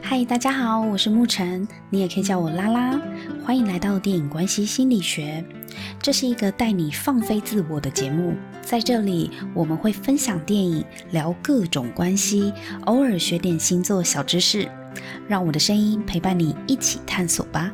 嗨，大家好，我是沐晨，你也可以叫我拉拉。欢迎来到电影关系心理学，这是一个带你放飞自我的节目。在这里，我们会分享电影，聊各种关系，偶尔学点星座小知识，让我的声音陪伴你一起探索吧。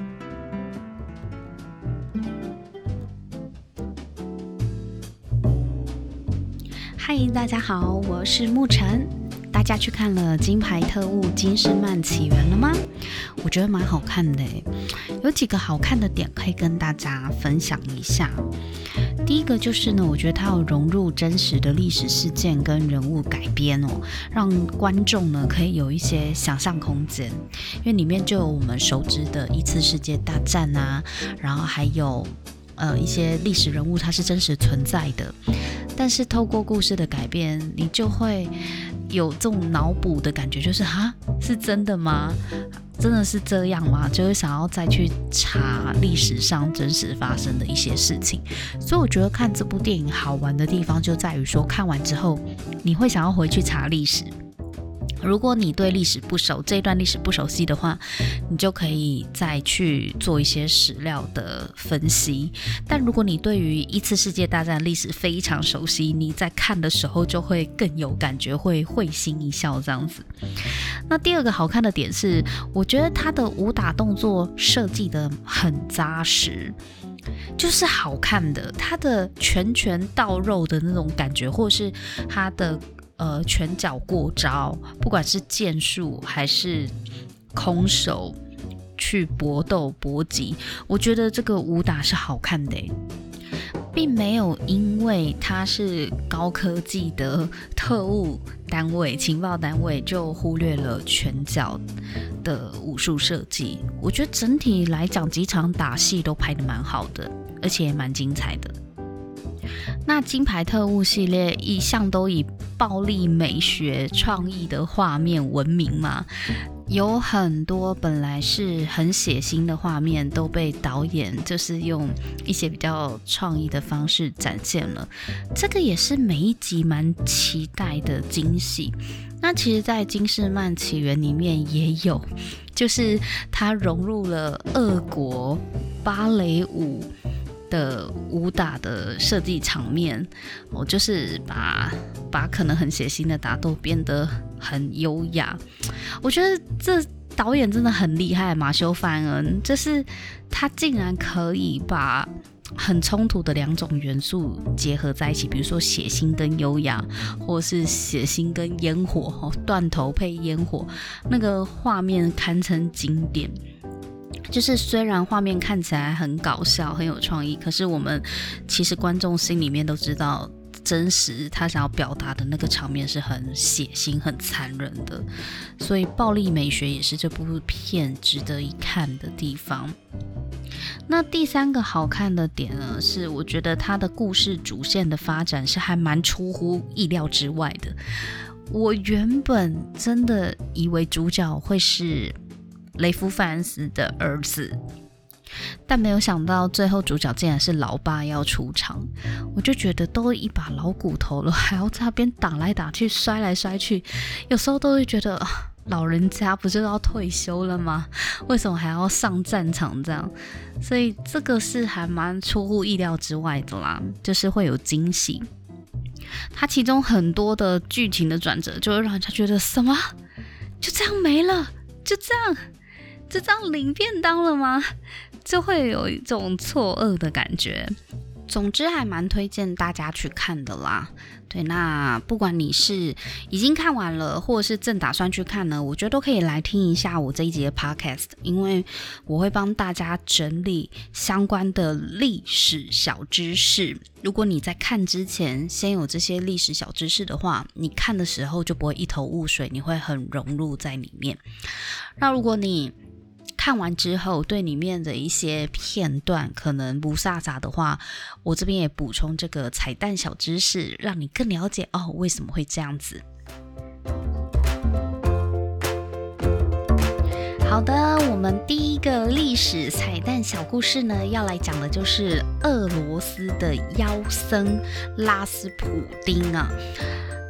嗨，大家好，我是沐晨。大家去看了《金牌特务金士曼起源》了吗？我觉得蛮好看的耶，有几个好看的点可以跟大家分享一下。第一个就是呢，我觉得它有融入真实的历史事件跟人物改编哦，让观众呢可以有一些想象空间，因为里面就有我们熟知的一次世界大战啊，然后还有一些历史人物它是真实存在的，但是透过故事的改编，你就会有这种脑补的感觉，就是是真的吗？真的是这样吗？就会想要再去查历史上真实发生的一些事情。所以我觉得看这部电影好玩的地方就在于说，看完之后你会想要回去查历史。如果你对历史不熟，这一段历史不熟悉的话，你就可以再去做一些史料的分析。但如果你对于一次世界大战历史非常熟悉，你在看的时候就会更有感觉，会会心一笑这样子。那第二个好看的点是，我觉得它的武打动作设计得很扎实，就是好看的，它的拳到肉的那种感觉，或是它的拳脚过招，不管是剑术还是空手去搏斗搏击，我觉得这个武打是好看的耶，并没有因为它是高科技的特务单位、情报单位就忽略了拳脚的武术设计。我觉得整体来讲，几场打戏都拍得蛮好的，而且也蛮精彩的。那金牌特务系列一向都以暴力美学创意的画面闻名嘛，有很多本来是很血腥的画面都被导演就是用一些比较创意的方式展现了，这个也是每一集蛮期待的惊喜。那其实在金士曼起源里面也有，就是它融入了俄国芭蕾舞的武打的设计场面，就是把可能很血腥的打斗变得很优雅。我觉得这导演真的很厉害，马修·范恩，就是他竟然可以把很冲突的两种元素结合在一起，比如说血腥跟优雅，或是血腥跟烟火，断头配烟火，那个画面堪称经典。就是虽然画面看起来很搞笑很有创意，可是我们其实观众心里面都知道，真实他想要表达的那个场面是很血腥很残忍的，所以暴力美学也是这部片值得一看的地方。那第三个好看的点呢，是我觉得它的故事主线的发展是还蛮出乎意料之外的。我原本真的以为主角会是雷夫·范恩斯的儿子，但没有想到最后主角竟然是老爸要出场。我就觉得都一把老骨头了，还要在那边打来打去摔来摔去，有时候都会觉得老人家不就要退休了吗？为什么还要上战场这样？所以这个是还蛮出乎意料之外的啦，就是会有惊喜。它其中很多的剧情的转折就会让人家觉得什么就这样没了，就这样领便当了吗？就会有一种错愕的感觉。总之还蛮推荐大家去看的啦。对，那不管你是已经看完了，或者是正打算去看呢，我觉得都可以来听一下我这一集的 podcast， 因为我会帮大家整理相关的历史小知识。如果你在看之前先有这些历史小知识的话，你看的时候就不会一头雾水，你会很融入在里面。那如果你看完之后对里面的一些片段可能不飒飒的话，我这边也补充这个彩蛋小知识，让你更了解为什么会这样子。好的，我们第一个历史彩蛋小故事呢，要来讲的就是俄罗斯的妖僧拉斯普丁啊。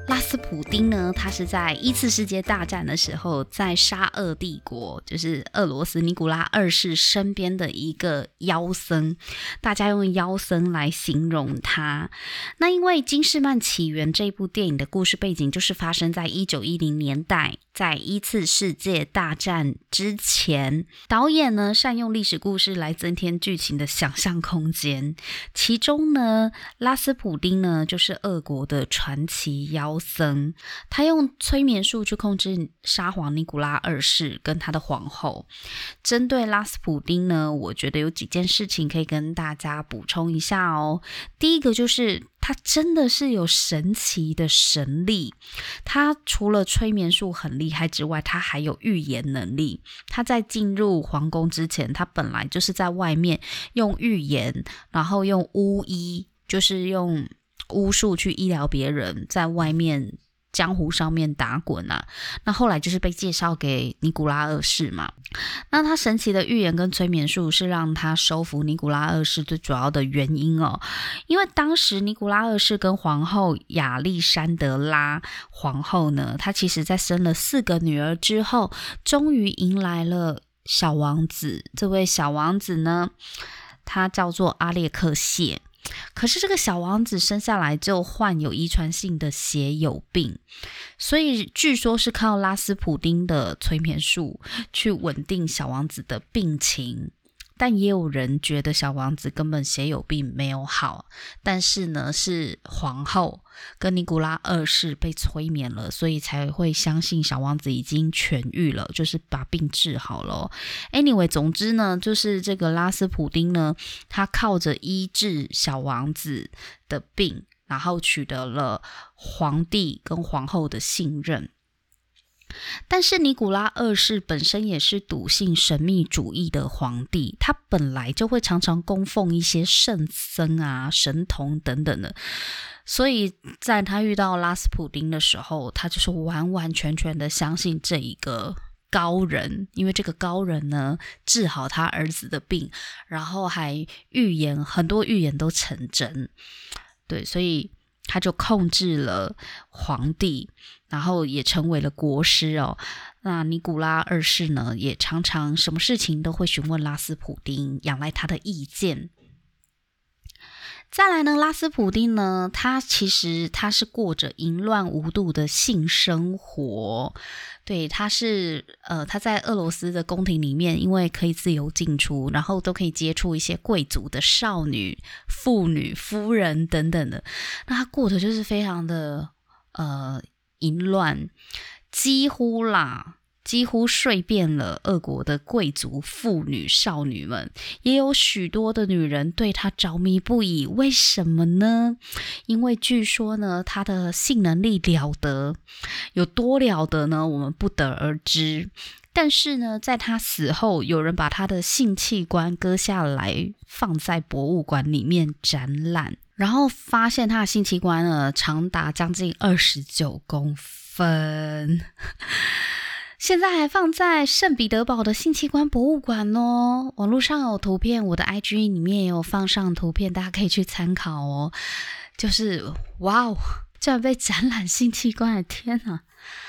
拉斯普丁呢，他是在一次世界大战的时候，在沙俄帝国，就是俄罗斯尼古拉二世身边的一个妖僧，大家用妖僧来形容他。那因为《金士曼起源》这部电影的故事背景就是发生在1910年代，在一次世界大战之前，导演呢善用历史故事来增添剧情的想象空间。其中呢，拉斯普丁呢就是俄国的传奇妖僧，他用催眠术去控制沙皇尼古拉二世跟他的皇后。针对拉斯普丁呢，我觉得有几件事情可以跟大家补充一下哦。第一个就是他真的是有神奇的神力，他除了催眠术很厉害之外，他还有预言能力。他在进入皇宫之前，他本来就是在外面用预言，然后用巫医，就是用巫术去医疗别人，在外面江湖上面打滚啊。那后来就是被介绍给尼古拉二世嘛。那他神奇的预言跟催眠术是让他收服尼古拉二世最主要的原因哦。因为当时尼古拉二世跟皇后亚历山德拉皇后呢，她其实在生了4个女儿之后，终于迎来了小王子。这位小王子呢，他叫做阿列克谢。可是这个小王子生下来就患有遗传性的血友病，所以据说是靠拉斯普丁的催眠术去稳定小王子的病情。但也有人觉得小王子根本血友病没有好，但是呢，是皇后跟尼古拉二世被催眠了，所以才会相信小王子已经痊愈了，就是把病治好了。Anyway， 总之呢，就是这个拉斯普丁呢，他靠着医治小王子的病，然后取得了皇帝跟皇后的信任。但是尼古拉二世本身也是笃信神秘主义的皇帝，他本来就会常常供奉一些圣僧啊、神童等等的，所以在他遇到拉斯普丁的时候，他就是完完全全的相信这一个高人，因为这个高人呢治好他儿子的病，然后还预言，很多预言都成真。对，所以他就控制了皇帝，然后也成为了国师哦。那尼古拉二世呢，也常常什么事情都会询问拉斯普丁，仰赖他的意见。再来呢，拉斯普丁呢，他是过着淫乱无度的性生活。对，他在俄罗斯的宫廷里面，因为可以自由进出，然后都可以接触一些贵族的少女、妇女、夫人等等的。那他过得就是非常的淫乱，几乎睡遍了俄国的贵族妇女少女们，也有许多的女人对他着迷不已。为什么呢？因为据说呢，他的性能力了得，有多了得呢？我们不得而知。但是呢，在他死后，有人把他的性器官割下来，放在博物馆里面展览，然后发现他的性器官呢，长达将近29公分。现在还放在圣彼得堡的性器官博物馆哦，网络上有图片，我的 IG 里面也有放上图片，大家可以去参考哦。就是哇哦，居然被展览性器官，天哪！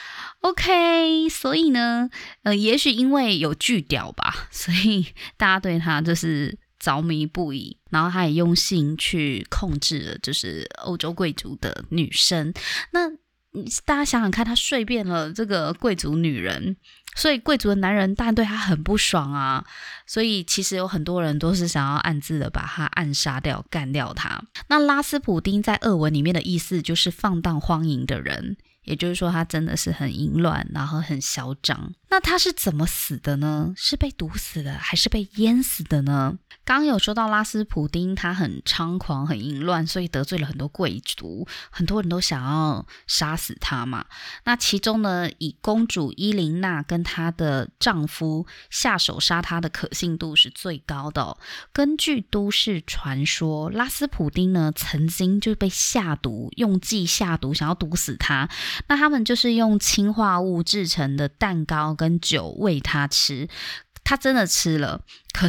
OK， 所以呢，也许因为有巨屌吧，所以大家对他就是着迷不已，然后他也用性去控制了就是欧洲贵族的女生。那大家想想看，他睡遍了这个贵族女人，所以贵族的男人当然对他很不爽啊，所以其实有很多人都是想要暗自的把他暗杀掉，干掉他。那拉斯普丁在俄文里面的意思就是放荡荒淫的人，也就是说他真的是很淫乱，然后很嚣张。那他是怎么死的呢？是被毒死的还是被淹死的呢？刚刚有说到拉斯普丁他很猖狂很淫乱，所以得罪了很多贵族，很多人都想要杀死他嘛。那其中呢，以公主伊琳娜跟她的丈夫下手杀她的可信度是最高的哦。根据都市传说，拉斯普丁呢曾经就被下毒，用计下毒想要毒死他。那他们就是用氰化物制成的蛋糕跟酒喂他吃，他真的吃了，可是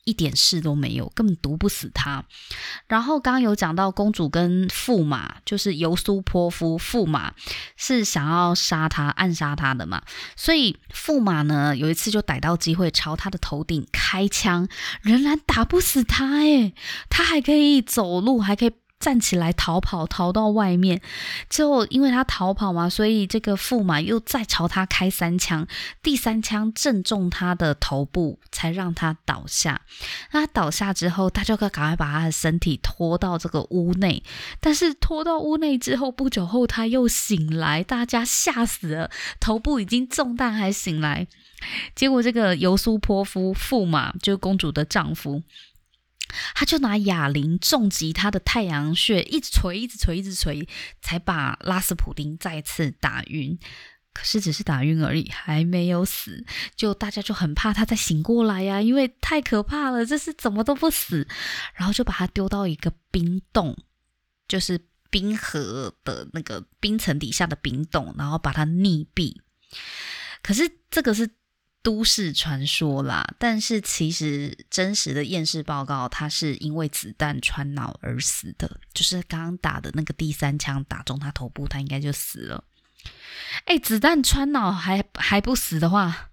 一点事都没有，根本毒不死他。然后刚刚有讲到公主跟驸马，就是尤苏波夫驸马是想要杀他暗杀他的嘛，所以驸马呢有一次就逮到机会朝他的头顶开枪，仍然打不死他耶，他还可以走路，还可以站起来逃跑，逃到外面。就因为他逃跑嘛，所以这个驸马又再朝他开3枪，第3枪正中他的头部，才让他倒下。那他倒下之后，他就赶快把他的身体拖到这个屋内，但是拖到屋内之后，不久后他又醒来，大家吓死了，头部已经中弹还醒来。结果这个尤苏波夫驸马，就是公主的丈夫，他就拿哑铃重击他的太阳穴，一直捶，才把拉斯普丁再次打晕。可是只是打晕而已，还没有死。就大家就很怕他再醒过来呀，因为太可怕了，这是怎么都不死。然后就把他丢到一个冰洞，就是冰河的那个冰层底下的冰洞，然后把他溺毙。可是这个是都市传说啦，但是其实真实的验尸报告，他是因为子弹穿脑而死的，就是刚刚打的那个第3枪打中他头部，他应该就死了。子弹穿脑还不死的话，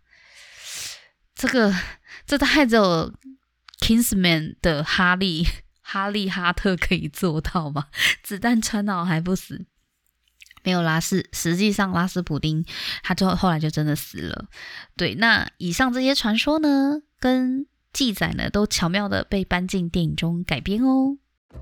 这大概只有 Kingsman 的哈利哈特可以做到吧？子弹穿脑还不死。没有啦，实际上拉斯普丁他后来就真的死了。对，那以上这些传说呢，跟记载呢，都巧妙的被搬进电影中改编哦。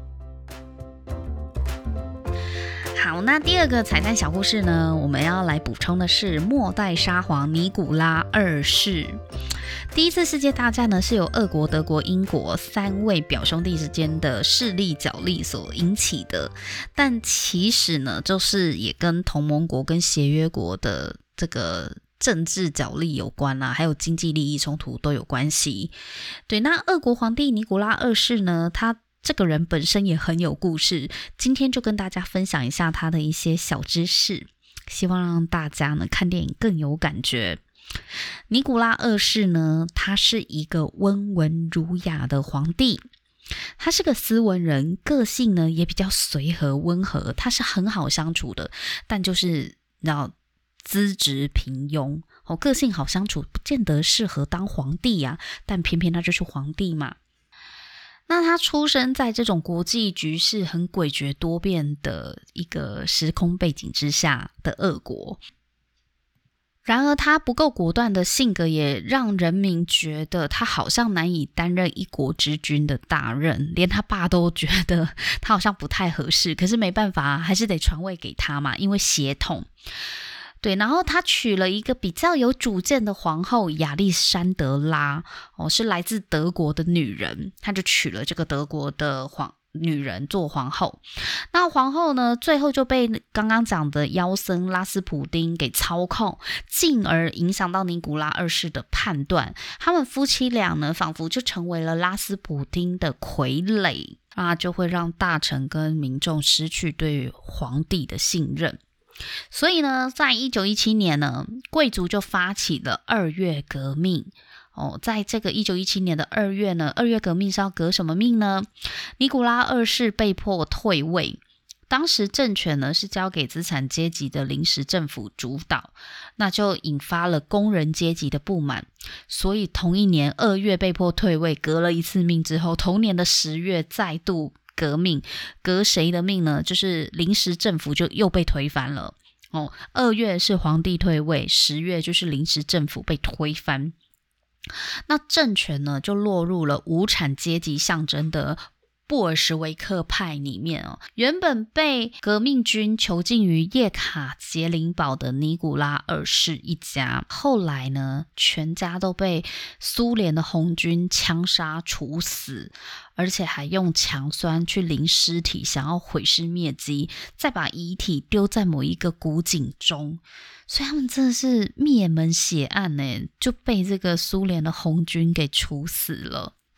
好，那第二个彩蛋小故事呢，我们要来补充的是末代沙皇尼古拉二世。第一次世界大战呢，是由俄国、德国、英国3位表兄弟之间的势力角力所引起的，但其实呢，就是也跟同盟国跟协约国的这个政治角力有关啦，还有经济利益冲突都有关系。对，那俄国皇帝尼古拉二世呢，他这个人本身也很有故事，今天就跟大家分享一下他的一些小知识，希望让大家呢看电影更有感觉。尼古拉二世呢，他是一个温文儒雅的皇帝，他是个斯文人，个性呢也比较随和温和，他是很好相处的，但就是资质平庸，个性好相处，不见得适合当皇帝啊，但偏偏他就是皇帝嘛。那他出生在这种国际局势很诡谲多变的一个时空背景之下的俄国，然而他不够果断的性格也让人民觉得他好像难以担任一国之君的大任，连他爸都觉得他好像不太合适，可是没办法，还是得传位给他嘛，因为血统。对，然后他娶了一个比较有主见的皇后亚历山德拉，是来自德国的女人，他就娶了这个德国的女人做皇后。那皇后呢，最后就被刚刚讲的妖僧拉斯普丁给操控，进而影响到尼古拉二世的判断。他们夫妻俩呢，仿佛就成为了拉斯普丁的傀儡啊，就会让大臣跟民众失去对皇帝的信任。所以呢，在1917年呢，贵族就发起了2月革命。在这个1917年的2月呢，2月革命是要革什么命呢？尼古拉二世被迫退位，当时政权呢是交给资产阶级的临时政府主导，那就引发了工人阶级的不满。所以同一年2月被迫退位，革了一次命之后，同年的10月再度革命，革谁的命呢？就是临时政府就又被推翻了。2月是皇帝退位，10月就是临时政府被推翻。那政权呢，就落入了无产阶级象征的布尔什维克派里面原本被革命军囚禁于叶卡捷琳堡的尼古拉二世一家，后来呢，全家都被苏联的红军枪杀处死，而且还用强酸去淋尸体，想要毁尸灭迹，再把遗体丢在某一个古井中。所以他们真的是灭门血案就被这个苏联的红军给处死了。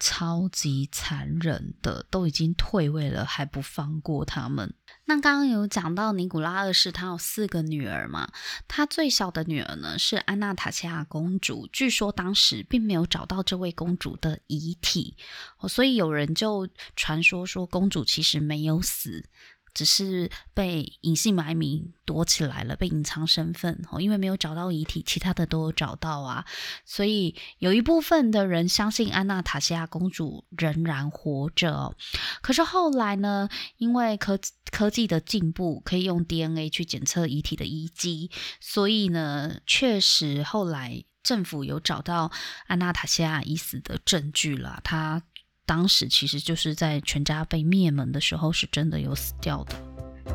超级残忍的，都已经退位了还不放过他们。那刚刚有讲到尼古拉二世他有4个女儿嘛，他最小的女儿呢是安娜塔西亚公主，据说当时并没有找到这位公主的遗体，所以有人就传说说公主其实没有死，只是被隐姓埋名躲起来了，被隐藏身份，因为没有找到遗体，其他的都有找到啊。所以有一部分的人相信安娜塔西亚公主仍然活着。可是后来呢，因为科技的进步，可以用 DNA 去检测遗体的遗迹，所以呢，确实后来政府有找到安娜塔西亚已死的证据啦。她当时其实就是在全家被灭门的时候是真的有死掉的。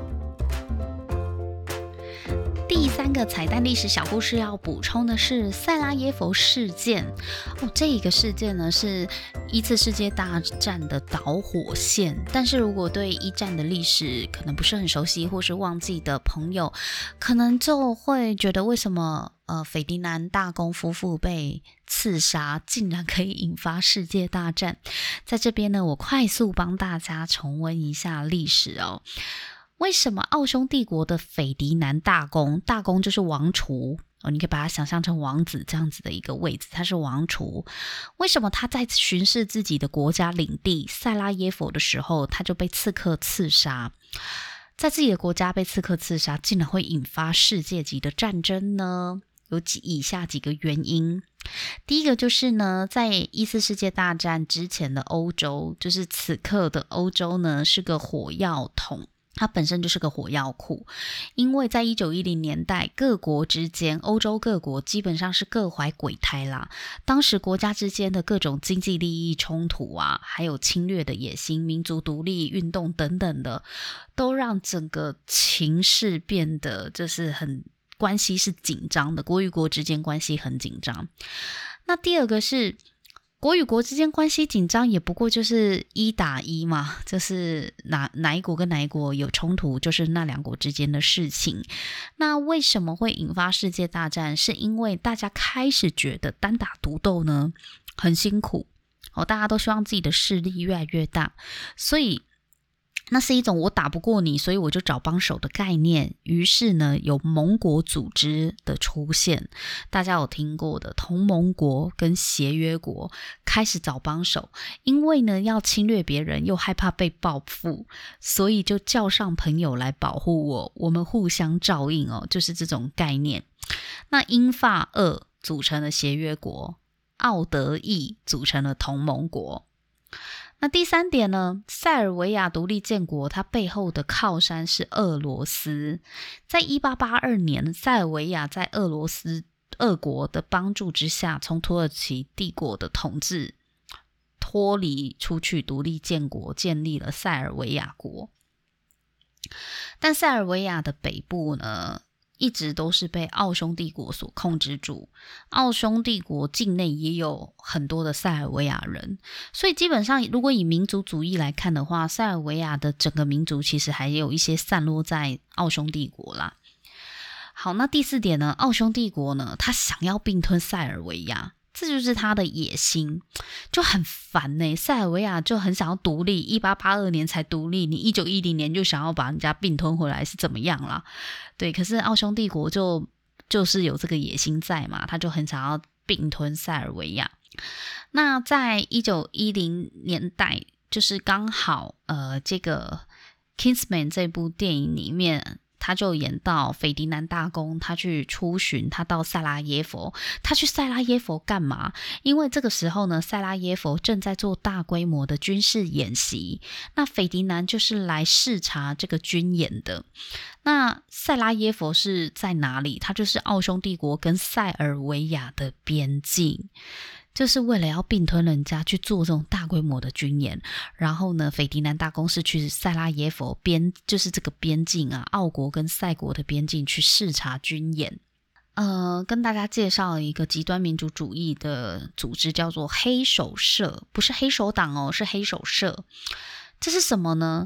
第3个彩蛋历史小故事要补充的是塞拉耶佛事件。这一个事件呢是一次世界大战的导火线，但是如果对一战的历史可能不是很熟悉或是忘记的朋友，可能就会觉得为什么斐迪南大公夫妇被刺杀竟然可以引发世界大战。在这边呢，我快速帮大家重温一下历史哦。为什么奥匈帝国的斐迪南大公就是王储你可以把它想象成王子这样子的一个位置，他是王储。为什么他在巡视自己的国家领地塞拉耶佛的时候，他就被刺客刺杀？在自己的国家被刺客刺杀，竟然会引发世界级的战争呢？有以下几个原因。第一个就是呢，在1次世界大战之前的欧洲，就是此刻的欧洲呢，是个火药桶。它本身就是个火药库，因为在1910年代，各国之间，欧洲各国基本上是各怀鬼胎啦。当时国家之间的各种经济利益冲突啊，还有侵略的野心、民族独立运动等等的，都让整个情势变得就是关系是紧张的，国与国之间关系很紧张。那第二个是国与国之间关系紧张，也不过就是1打1嘛，就是哪一国跟哪一国有冲突，就是那2国之间的事情。那为什么会引发世界大战？是因为大家开始觉得单打独斗呢很辛苦，大家都希望自己的势力越来越大，所以那是一种我打不过你，所以我就找帮手的概念。于是呢，有盟国组织的出现，大家有听过的同盟国跟协约国开始找帮手，因为呢要侵略别人又害怕被报复，所以就叫上朋友来保护我们互相照应就是这种概念。那英法俄组成了协约国，奥德意组成了同盟国。那第3点呢，塞尔维亚独立建国，它背后的靠山是俄罗斯。在1882年，塞尔维亚在俄国的帮助之下，从土耳其帝国的统治脱离出去，独立建国，建立了塞尔维亚国。但塞尔维亚的北部呢，一直都是被奥匈帝国所控制住，奥匈帝国境内也有很多的塞尔维亚人，所以基本上如果以民族主义来看的话，塞尔维亚的整个民族其实还有一些散落在奥匈帝国啦。好，那第4点呢，奥匈帝国呢，他想要并吞塞尔维亚，这就是他的野心，就很烦欸。塞尔维亚就很想要独立，1882年才独立，你1910年就想要把人家并吞回来是怎么样啦？对，可是奥匈帝国就是有这个野心在嘛，他就很想要并吞塞尔维亚。那在1910年代，就是刚好这个 Kingsman 这部电影里面，他就演到斐迪南大公他去出巡，他到塞拉耶佛。他去塞拉耶佛干嘛？因为这个时候呢，塞拉耶佛正在做大规模的军事演习，那斐迪南就是来视察这个军演的。那塞拉耶佛是在哪里？它就是奥匈帝国跟塞尔维亚的边境，就是为了要并吞人家去做这种大规模的军演。然后呢，斐迪南大公是去塞拉耶佛就是这个边境啊，奥国跟塞国的边境去视察军演。跟大家介绍一个极端民族主义的组织，叫做黑手社，不是黑手党是黑手社。这是什么呢？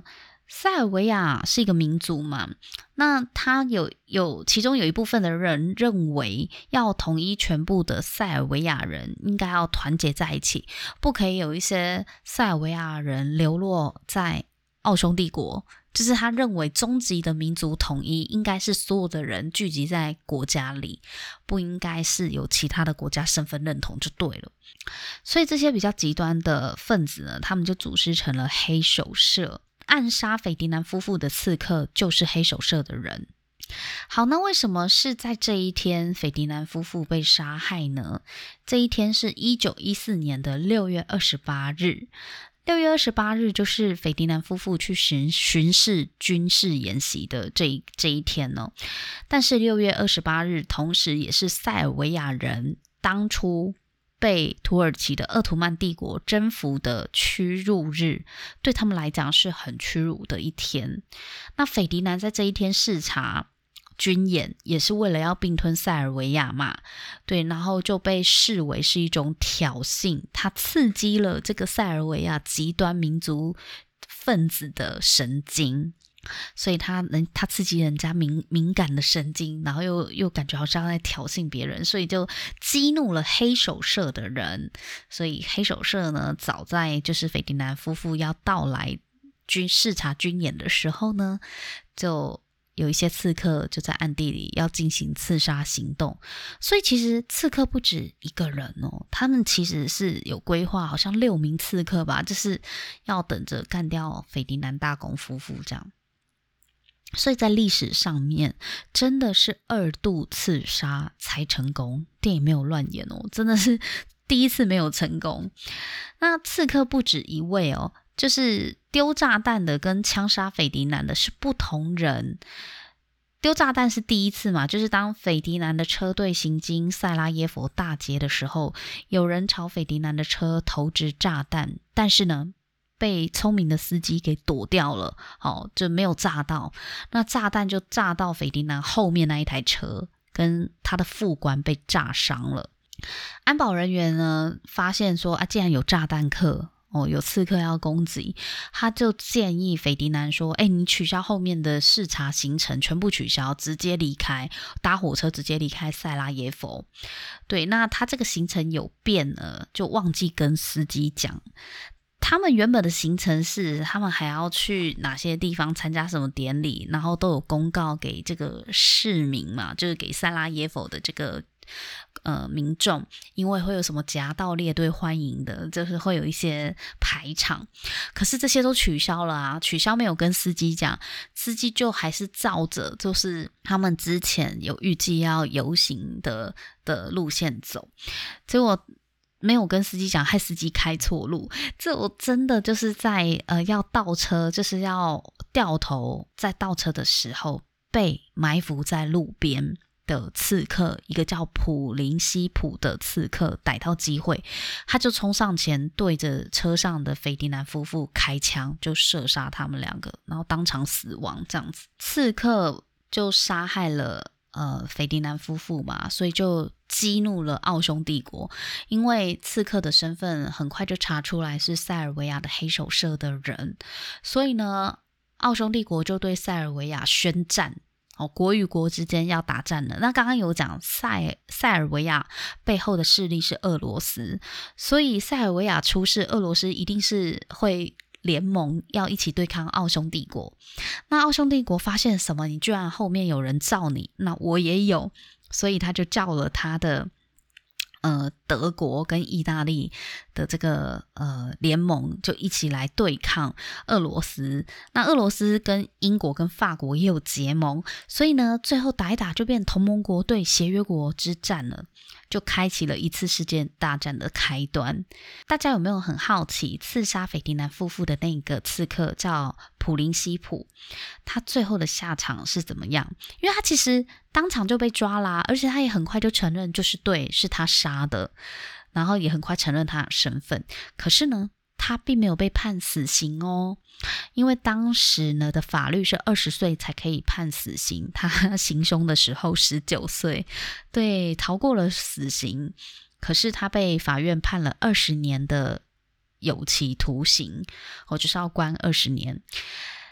塞尔维亚是一个民族嘛，那他其中有一部分的人认为要统一全部的塞尔维亚人，应该要团结在一起，不可以有一些塞尔维亚人流落在奥匈帝国，就是他认为终极的民族统一应该是所有的人聚集在国家里，不应该是有其他的国家身份认同就对了。所以这些比较极端的分子呢，他们就组织成了黑手社，暗杀斐迪南夫妇的刺客就是黑手社的人。好，那为什么是在这一天斐迪南夫妇被杀害呢？这一天是1914年的6月28日。6月28日就是斐迪南夫妇去巡视军事演习的这一天哦。但是6月28日同时也是塞尔维亚人当初被土耳其的鄂图曼帝国征服的屈辱日，对他们来讲是很屈辱的一天。那斐迪南在这一天视察军演，也是为了要并吞塞尔维亚嘛，对，然后就被视为是一种挑衅，他刺激了这个塞尔维亚极端民族分子的神经，所以他刺激人家敏感的神经，然后又感觉好像在挑衅别人，所以就激怒了黑手社的人。所以黑手社呢，早在就是斐迪南夫妇要到来视察军演的时候呢，就有一些刺客就在暗地里要进行刺杀行动。所以其实刺客不止一个人哦，他们其实是有规划，好像6名刺客吧，就是要等着干掉斐迪南大公夫妇这样。所以在历史上面真的是2度刺杀才成功，电影没有乱演哦，真的是第一次没有成功。那刺客不止一位哦，就是丢炸弹的跟枪杀斐迪南的是不同人。丢炸弹是第一次嘛，就是当斐迪南的车队行经塞拉耶佛大街的时候，有人朝斐迪南的车投掷炸弹，但是呢被聪明的司机给躲掉了，就没有炸到。那炸弹就炸到斐迪南后面那一台车，跟他的副官被炸伤了。安保人员呢发现说既然有炸弹客有刺客要攻击，他就建议斐迪南说你取消后面的视察行程，全部取消，直接离开，搭火车直接离开塞拉耶佛。对，那他这个行程有变了，就忘记跟司机讲。他们原本的行程是他们还要去哪些地方参加什么典礼，然后都有公告给这个市民嘛，就是给塞拉耶佛的这个民众，因为会有什么夹道列队欢迎的，就是会有一些排场。可是这些都取消了啊，取消没有跟司机讲，司机就还是照着就是他们之前有预计要游行的路线走，结果没有跟司机讲，害司机开错路。这我真的就是在要倒车，就是要掉头在倒车的时候，被埋伏在路边的刺客，一个叫普林西普的刺客逮到机会，他就冲上前对着车上的斐迪南夫妇开枪，就射杀他们2个，然后当场死亡这样子。刺客就杀害了斐迪南夫妇嘛，所以就激怒了奥匈帝国，因为刺客的身份很快就查出来是塞尔维亚的黑手社的人，所以呢奥匈帝国就对塞尔维亚宣战，国与国之间要打战了。那刚刚有讲塞尔维亚背后的势力是俄罗斯，所以塞尔维亚出事，俄罗斯一定是会联盟要一起对抗奥匈帝国。那奥匈帝国发现什么？你居然后面有人罩你，那我也有，所以他就叫了他的德国跟意大利的这个联盟，就一起来对抗俄罗斯。那俄罗斯跟英国跟法国也有结盟，所以呢最后打一打就变同盟国对协约国之战了，就开启了一次世界大战的开端。大家有没有很好奇，刺杀斐迪南夫妇的那个刺客叫普林西普，他最后的下场是怎么样？因为他其实当场就被抓啦，而且他也很快就承认就是是他杀的，然后也很快承认他的身份。可是呢他并没有被判死刑哦，因为当时呢的法律是20岁才可以判死刑，他行凶的时候19岁，对，逃过了死刑。可是他被法院判了20年的有期徒刑，就是要关20年。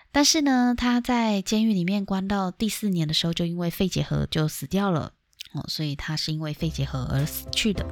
但是呢，他在监狱里面关到第4年的时候，就因为肺结核就死掉了所以他是因为肺结核而死去的。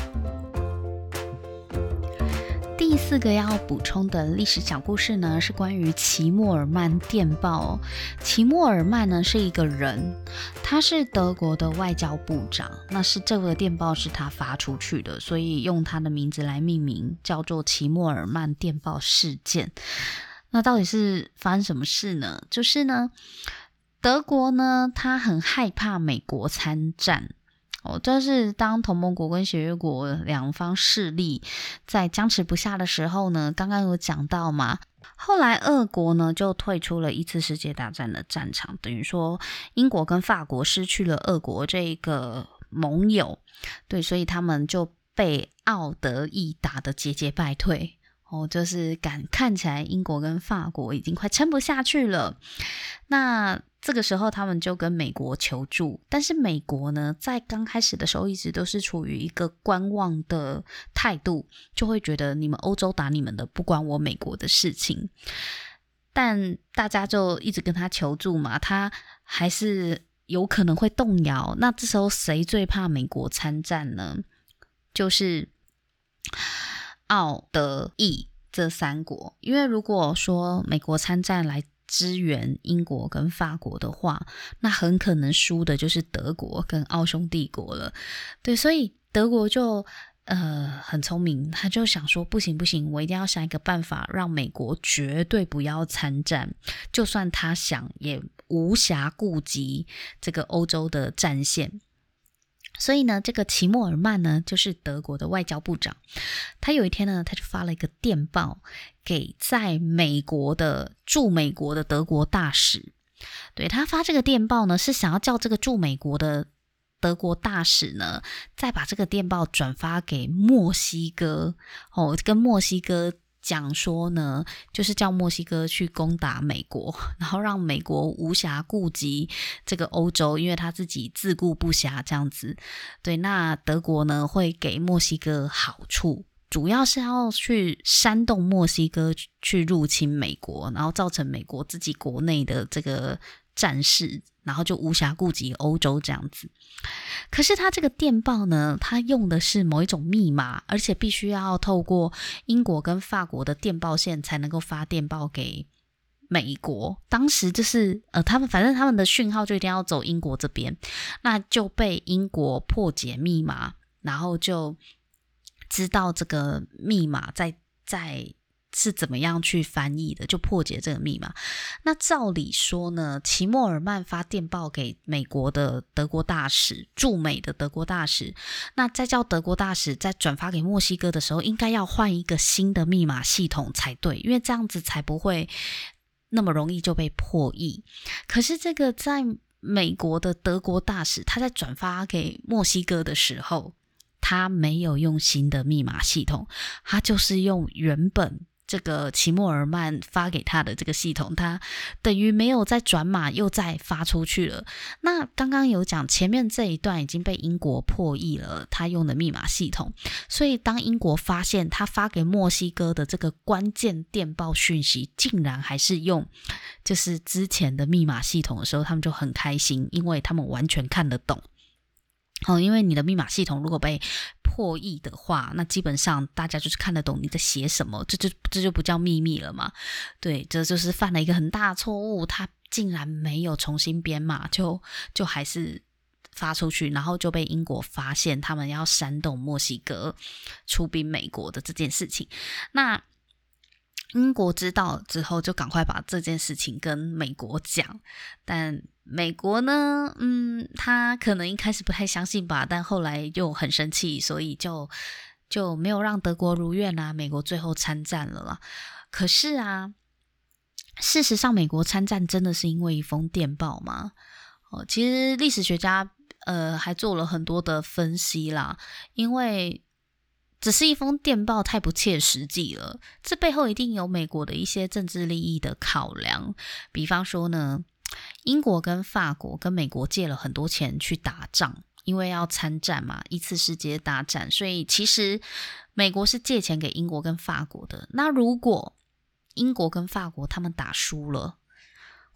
第4个要补充的历史小故事呢，是关于齐默尔曼电报。齐默尔曼呢是一个人，他是德国的外交部长，那是这个电报是他发出去的，所以用他的名字来命名，叫做齐默尔曼电报事件。那到底是发生什么事呢？就是呢，德国呢，他很害怕美国参战。就是当同盟国跟协约国两方势力在僵持不下的时候呢，刚刚有讲到嘛，后来俄国呢就退出了1次世界大战的战场，等于说英国跟法国失去了俄国这个盟友，对，所以他们就被奥德意打得节节败退。就是看起来英国跟法国已经快撑不下去了。那这个时候他们就跟美国求助，但是美国呢在刚开始的时候一直都是处于一个观望的态度，就会觉得你们欧洲打你们的，不关我美国的事情。但大家就一直跟他求助嘛，他还是有可能会动摇。那这时候谁最怕美国参战呢？就是奥德意这3国，因为如果说美国参战来支援英国跟法国的话，那很可能输的就是德国跟奥匈帝国了。对，所以德国就很聪明，他就想说不行，我一定要想一个办法让美国绝对不要参战，就算他想也无暇顾及这个欧洲的战线。所以呢，这个齐默尔曼呢，就是德国的外交部长。他有一天呢，他就发了一个电报给在美国的驻美国的德国大使。对，他发这个电报呢，是想要叫这个驻美国的德国大使呢，再把这个电报转发给墨西哥跟墨西哥讲说呢，就是叫墨西哥去攻打美国，然后让美国无暇顾及这个欧洲，因为他自己自顾不暇这样子。对，那德国呢会给墨西哥好处，主要是要去煽动墨西哥去入侵美国，然后造成美国自己国内的这个战事，然后就无暇顾及欧洲这样子。可是他这个电报呢，他用的是某一种密码，而且必须要透过英国跟法国的电报线才能够发电报给美国。当时就是反正他们的讯号就一定要走英国这边，那就被英国破解密码，然后就知道这个密码在是怎么样去翻译的，就破解这个密码。那照理说呢，齐默尔曼发电报给美国的德国大使，驻美的德国大使，那再叫德国大使再转发给墨西哥的时候，应该要换一个新的密码系统才对，因为这样子才不会那么容易就被破译。可是这个在美国的德国大使，他在转发给墨西哥的时候，他没有用新的密码系统，他就是用原本这个齐默尔曼发给他的这个系统，他等于没有再转码又再发出去了。那刚刚有讲前面这一段已经被英国破译了他用的密码系统，所以当英国发现他发给墨西哥的这个关键电报讯息竟然还是用就是之前的密码系统的时候，他们就很开心，因为他们完全看得懂。因为你的密码系统如果被破译的话，那基本上大家就是看得懂你在写什么，这就不叫秘密了嘛。对，这就是犯了一个很大的错误，他竟然没有重新编码，就还是发出去，然后就被英国发现他们要煽动墨西哥出兵美国的这件事情。那英国知道之后就赶快把这件事情跟美国讲，但美国呢他可能一开始不太相信吧，但后来又很生气，所以就没有让德国如愿啦，美国最后参战了啦。可是啊，事实上美国参战真的是因为一封电报吗？其实历史学家还做了很多的分析啦，因为只是一封电报太不切实际了，这背后一定有美国的一些政治利益的考量。比方说呢，英国跟法国跟美国借了很多钱去打仗，因为要参战嘛，1次世界大战，所以其实美国是借钱给英国跟法国的。那如果英国跟法国他们打输了，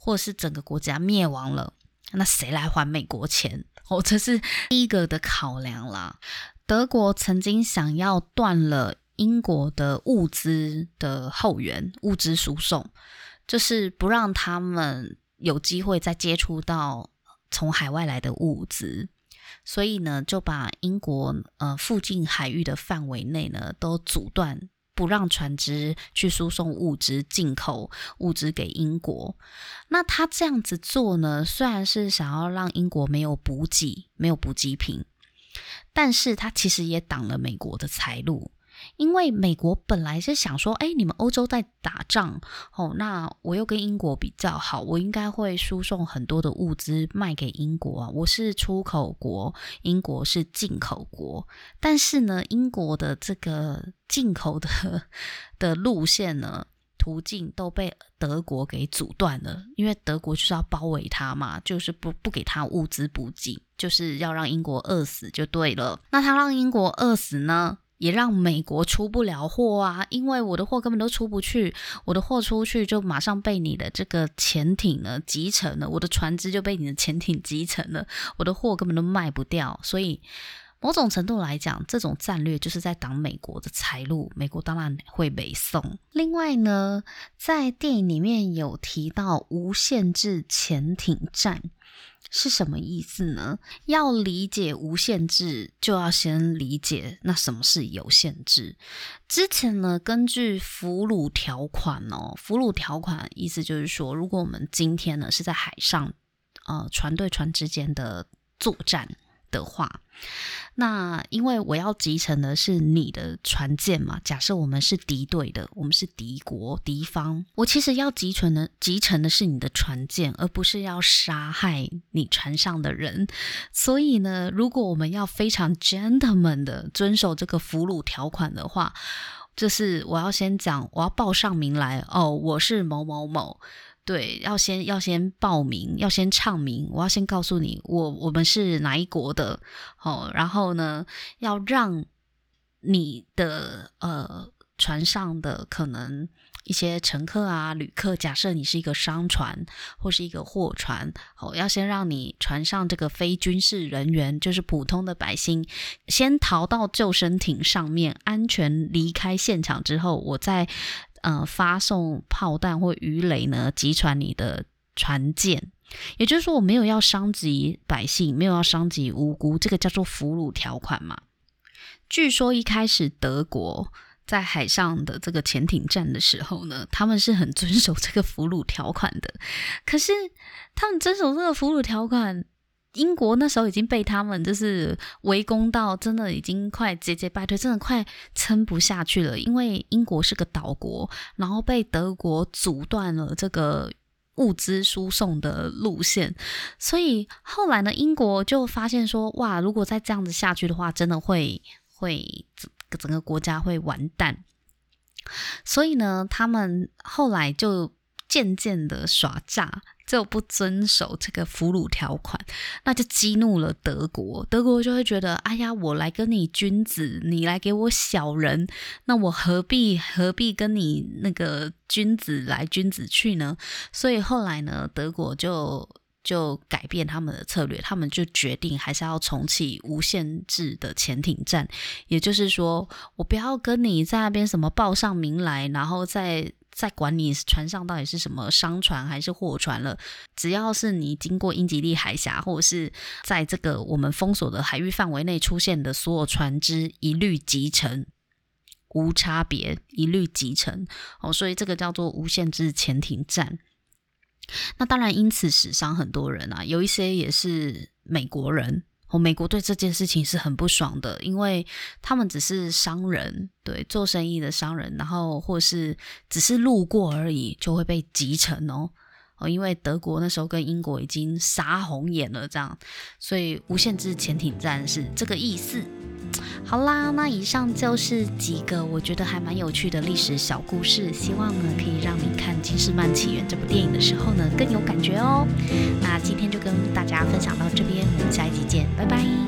或者是整个国家灭亡了，那谁来还美国钱？这是第一个的考量啦。德国曾经想要断了英国的物资的后援，物资输送，就是不让他们有机会再接触到从海外来的物资，所以呢，就把英国附近海域的范围内呢都阻断，不让船只去输送物资、进口物资给英国。那他这样子做呢，虽然是想要让英国没有补给品，但是他其实也挡了美国的财路。因为美国本来是想说，你们欧洲在打仗，那我又跟英国比较好，我应该会输送很多的物资卖给英国啊，我是出口国，英国是进口国。但是呢，英国的这个进口的路线呢，途径都被德国给阻断了，因为德国就是要包围他嘛，就是不给他物资补给，就是要让英国饿死就对了。那他让英国饿死呢，也让美国出不了货啊，因为我的货根本都出不去，我的货出去就马上被你的这个潜艇呢击沉了，我的船只就被你的潜艇击沉了，我的货根本都卖不掉。所以某种程度来讲，这种战略就是在挡美国的财路，美国当然会北送。另外呢，在电影里面有提到无限制潜艇战是什么意思呢？要理解无限制，就要先理解那什么是有限制。之前呢，根据俘虏条款俘虏条款意思就是说，如果我们今天呢是在海上船对船之间的作战的话，那因为我要击沉的是你的船舰嘛，假设我们是敌对的，我们是敌国敌方，我其实要击沉的是你的船舰，而不是要杀害你船上的人。所以呢，如果我们要非常 gentleman 的遵守这个俘虏条款的话，就是我要先讲，我要报上名来，我是某某某，对，要先报名，要先唱名，我要先告诉你我们是哪一国的，然后呢，要让你的船上的可能一些乘客啊、旅客，假设你是一个商船或是一个货船，要先让你船上这个非军事人员，就是普通的百姓，先逃到救生艇上面，安全离开现场之后，我再发送炮弹或鱼雷呢，击穿你的船舰。也就是说，我没有要伤及百姓，没有要伤及无辜，这个叫做俘虏条款嘛。据说一开始德国在海上的这个潜艇战的时候呢，他们是很遵守这个俘虏条款的。可是他们遵守这个俘虏条款，英国那时候已经被他们就是围攻到真的已经快节节败退，真的快撑不下去了。因为英国是个岛国，然后被德国阻断了这个物资输送的路线，所以后来呢，英国就发现说，哇，如果再这样子下去的话，真的会整个国家会完蛋。所以呢，他们后来就渐渐的耍诈，就不遵守这个俘虏条款，那就激怒了德国。德国就会觉得，哎呀，我来跟你君子，你来给我小人，那我何必跟你那个君子来君子去呢？所以后来呢，德国就改变他们的策略，他们就决定还是要重启无限制的潜艇战。也就是说，我不要跟你在那边什么报上名来，然后再管你船上到底是什么商船还是货船了，只要是你经过英吉利海峡，或者是在这个我们封锁的海域范围内出现的所有船只，一律击沉，无差别，一律击沉。所以这个叫做无限制潜艇战。那当然因此死伤很多人啊，有一些也是美国人。美国对这件事情是很不爽的，因为他们只是商人，对，做生意的商人，然后或是只是路过而已，就会被击沉因为德国那时候跟英国已经杀红眼了，这样，所以无限制潜艇战是这个意思。好啦，那以上就是几个我觉得还蛮有趣的历史小故事，希望呢可以让你看《金士曼起源》这部电影的时候呢更有感觉哦。那今天就跟大家分享到这边，我们下一集见，拜拜。